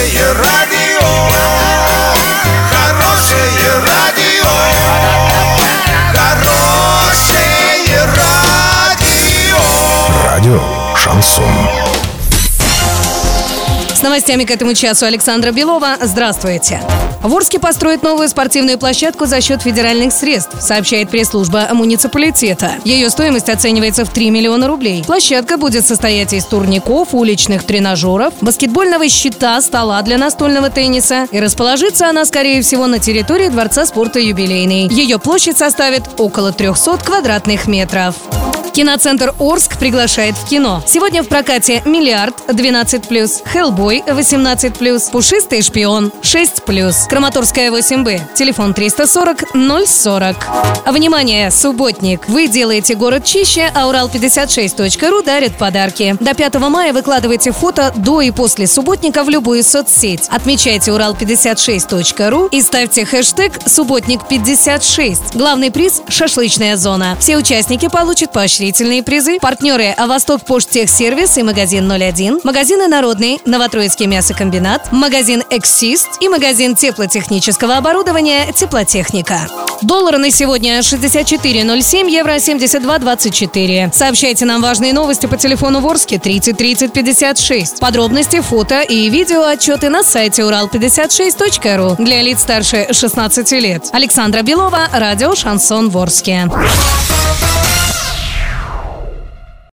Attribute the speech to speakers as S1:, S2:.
S1: Хорошее радио, хорошее радио, хорошее радио.
S2: Радио Шансон.
S3: С новостями к этому часу Александра Белова. Здравствуйте. В Орске построят новую спортивную площадку за счет федеральных средств, сообщает пресс-служба муниципалитета. Ее стоимость оценивается в 3 миллиона рублей. Площадка будет состоять из турников, уличных тренажеров, баскетбольного щита, стола для настольного тенниса. И расположится она, скорее всего, на территории Дворца спорта «Юбилейный». Ее площадь составит около 300 квадратных метров. Киноцентр Орск приглашает в кино. Сегодня в прокате «Миллиард» 12+, «Хеллбой» 18+, «Пушистый шпион» 6+, Краматорская 8Б, телефон 340-040. Внимание, субботник! Вы делаете город чище, а Урал56.ру дарит подарки. До 5 мая выкладывайте фото до и после субботника в любую соцсеть. Отмечайте Урал56.ру и ставьте хэштег «Субботник56». Главный приз – шашлычная зона. Все участники получат поощрительные призы. Партнеры – Восток Поштехсервис и магазин 01, магазины «Народный», Новотроицкий мясокомбинат, магазин «Эксист» и магазин теплотехнического оборудования «Теплотехника». Доллар на сегодня 64.07, евро 72.24. Сообщайте нам важные новости по телефону в Орске 30 30 56. Подробности, фото и видео отчеты на сайте Урал56.ру для лиц старше 16 лет. Александра Белова, радио «Шансон» в Орске.